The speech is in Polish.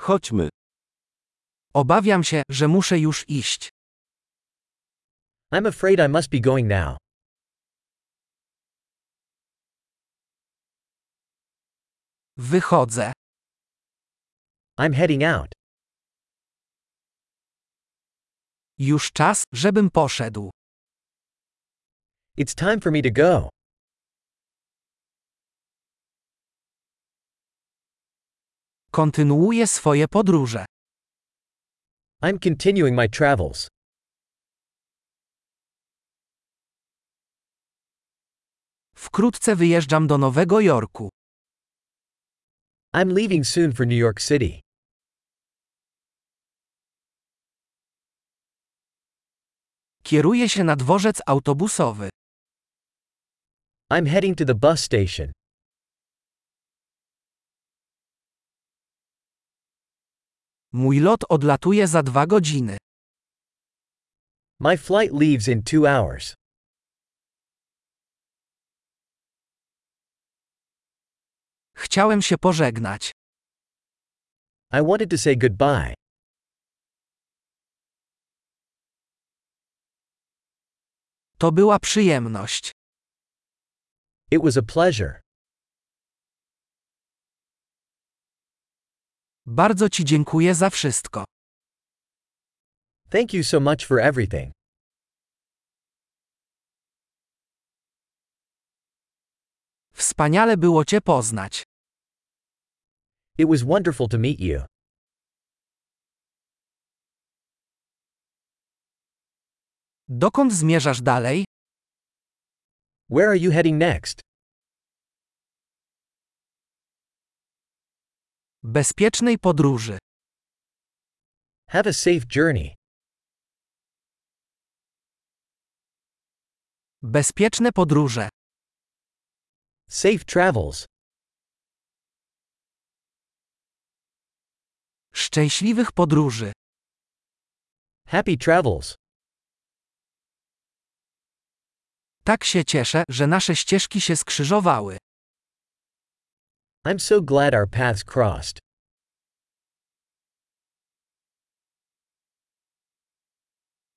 Chodźmy. Obawiam się, że muszę już iść. I'm afraid I must be going now. Wychodzę. I'm heading out. Już czas, żebym poszedł. It's time for me to go. Kontynuuję swoje podróże. I'm continuing my travels. Wkrótce wyjeżdżam do Nowego Jorku. I'm leaving soon for New York City. Kieruję się na dworzec autobusowy. I'm heading to the bus station. Mój lot odlatuje za 2 godziny. My flight leaves in 2 hours. Chciałem się pożegnać. I wanted to say goodbye. To była przyjemność. It was a pleasure. Bardzo Ci dziękuję za wszystko. Thank you so much for everything. Wspaniale było Cię poznać. It was wonderful to meet you. Dokąd zmierzasz dalej? Where are you heading next? Bezpiecznej podróży. Have a safe journey. Bezpieczne podróże. Safe travels. Szczęśliwych podróży. Happy travels. Tak się cieszę, że nasze ścieżki się skrzyżowały. I'm so glad our paths crossed.